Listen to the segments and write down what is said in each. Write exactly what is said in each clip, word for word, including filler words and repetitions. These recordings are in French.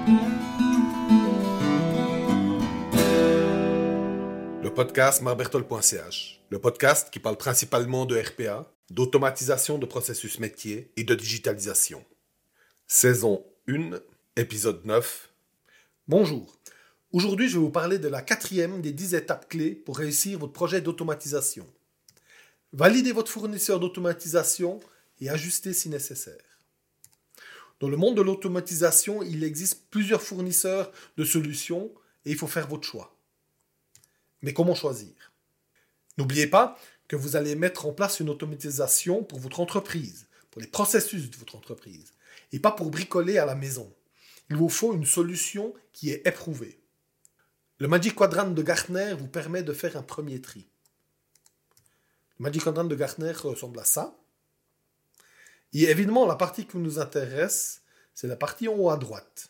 Le podcast marbertol point c h, le podcast qui parle principalement de R P A, d'automatisation de processus métier et de digitalisation. Saison un, épisode neuf. Bonjour. Aujourd'hui, je vais vous parler de la quatrième des dix étapes clés pour réussir votre projet d'automatisation. Validez votre fournisseur d'automatisation et ajustez si nécessaire. Dans le monde de l'automatisation, il existe plusieurs fournisseurs de solutions et il faut faire votre choix. Mais comment choisir ? N'oubliez pas que vous allez mettre en place une automatisation pour votre entreprise, pour les processus de votre entreprise, et pas pour bricoler à la maison. Il vous faut une solution qui est éprouvée. Le Magic Quadrant de Gartner vous permet de faire un premier tri. Le Magic Quadrant de Gartner ressemble à ça. Et évidemment, la partie qui nous intéresse, c'est la partie en haut à droite.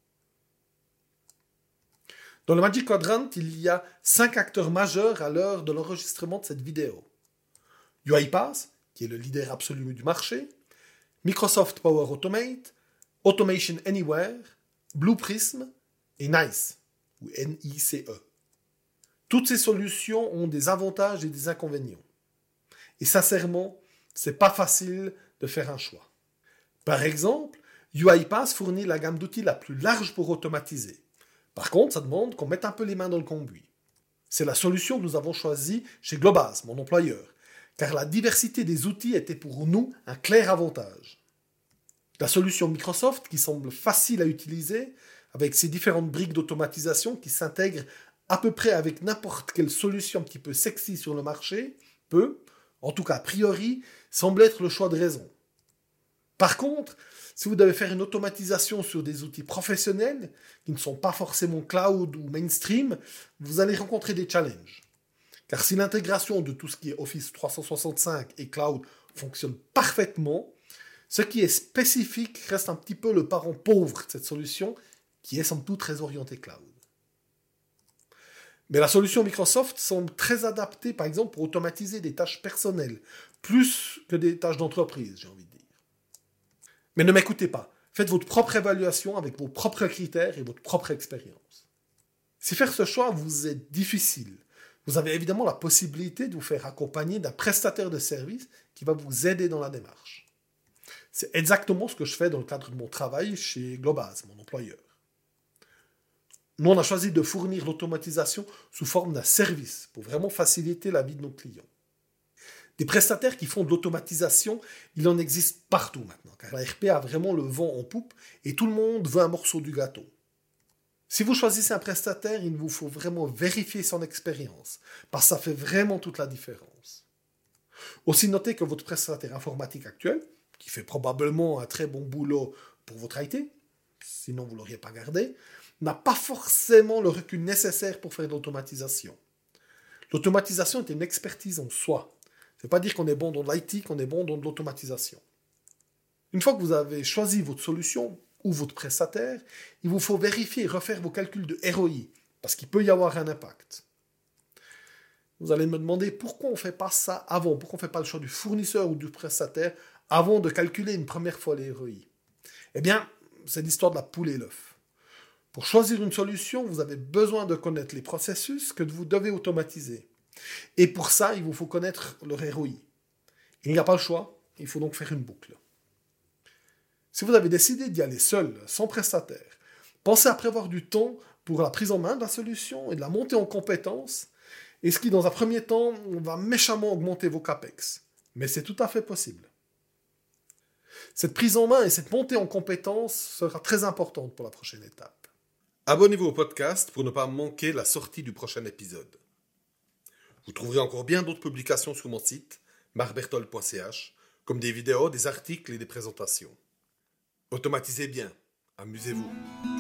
Dans le Magic Quadrant, il y a cinq acteurs majeurs à l'heure de l'enregistrement de cette vidéo. UiPath, qui est le leader absolu du marché, Microsoft Power Automate, Automation Anywhere, Blue Prism et NICE, ou N I C E. Toutes ces solutions ont des avantages et des inconvénients. Et sincèrement, c'est pas facile de faire un choix. Par exemple, UiPath fournit la gamme d'outils la plus large pour automatiser. Par contre, ça demande qu'on mette un peu les mains dans le cambouis. C'est la solution que nous avons choisie chez Globase, mon employeur, car la diversité des outils était pour nous un clair avantage. La solution Microsoft, qui semble facile à utiliser, avec ses différentes briques d'automatisation qui s'intègrent à peu près avec n'importe quelle solution un petit peu sexy sur le marché, peut, en tout cas a priori, semble être le choix de raison. Par contre, si vous devez faire une automatisation sur des outils professionnels, qui ne sont pas forcément cloud ou mainstream, vous allez rencontrer des challenges. Car si l'intégration de tout ce qui est Office trois cent soixante-cinq et cloud fonctionne parfaitement, ce qui est spécifique reste un petit peu le parent pauvre de cette solution, qui est somme toute très orientée cloud. Mais la solution Microsoft semble très adaptée, par exemple, pour automatiser des tâches personnelles, plus que des tâches d'entreprise, j'ai envie de dire. Mais ne m'écoutez pas. Faites votre propre évaluation avec vos propres critères et votre propre expérience. Si faire ce choix vous est difficile, vous avez évidemment la possibilité de vous faire accompagner d'un prestataire de service qui va vous aider dans la démarche. C'est exactement ce que je fais dans le cadre de mon travail chez Globase, mon employeur. Nous, on a choisi de fournir l'automatisation sous forme d'un service pour vraiment faciliter la vie de nos clients. Des prestataires qui font de l'automatisation, il en existe partout maintenant, car la R P A a vraiment le vent en poupe et tout le monde veut un morceau du gâteau. Si vous choisissez un prestataire, il vous faut vraiment vérifier son expérience, parce que ça fait vraiment toute la différence. Aussi notez que votre prestataire informatique actuel, qui fait probablement un très bon boulot pour votre I T, sinon vous ne l'auriez pas gardé, n'a pas forcément le recul nécessaire pour faire de l'automatisation. L'automatisation est une expertise en soi. Ça ne veut pas dire qu'on est bon dans de l'I T, qu'on est bon dans de l'automatisation. Une fois que vous avez choisi votre solution ou votre prestataire, il vous faut vérifier et refaire vos calculs de R O I, parce qu'il peut y avoir un impact. Vous allez me demander pourquoi on ne fait pas ça avant, pourquoi on ne fait pas le choix du fournisseur ou du prestataire avant de calculer une première fois les R O I. Eh bien, c'est l'histoire de la poule et l'œuf. Pour choisir une solution, vous avez besoin de connaître les processus que vous devez automatiser. Et pour ça, il vous faut connaître leur R O I. Il n'y a pas le choix, il faut donc faire une boucle. Si vous avez décidé d'y aller seul, sans prestataire, pensez à prévoir du temps pour la prise en main de la solution et de la montée en compétences, et ce qui, dans un premier temps, va méchamment augmenter vos capex. Mais c'est tout à fait possible. Cette prise en main et cette montée en compétences sera très importante pour la prochaine étape. Abonnez-vous au podcast pour ne pas manquer la sortie du prochain épisode. Vous trouverez encore bien d'autres publications sur mon site, marbertol point c h, comme des vidéos, des articles et des présentations. Automatisez bien, amusez-vous.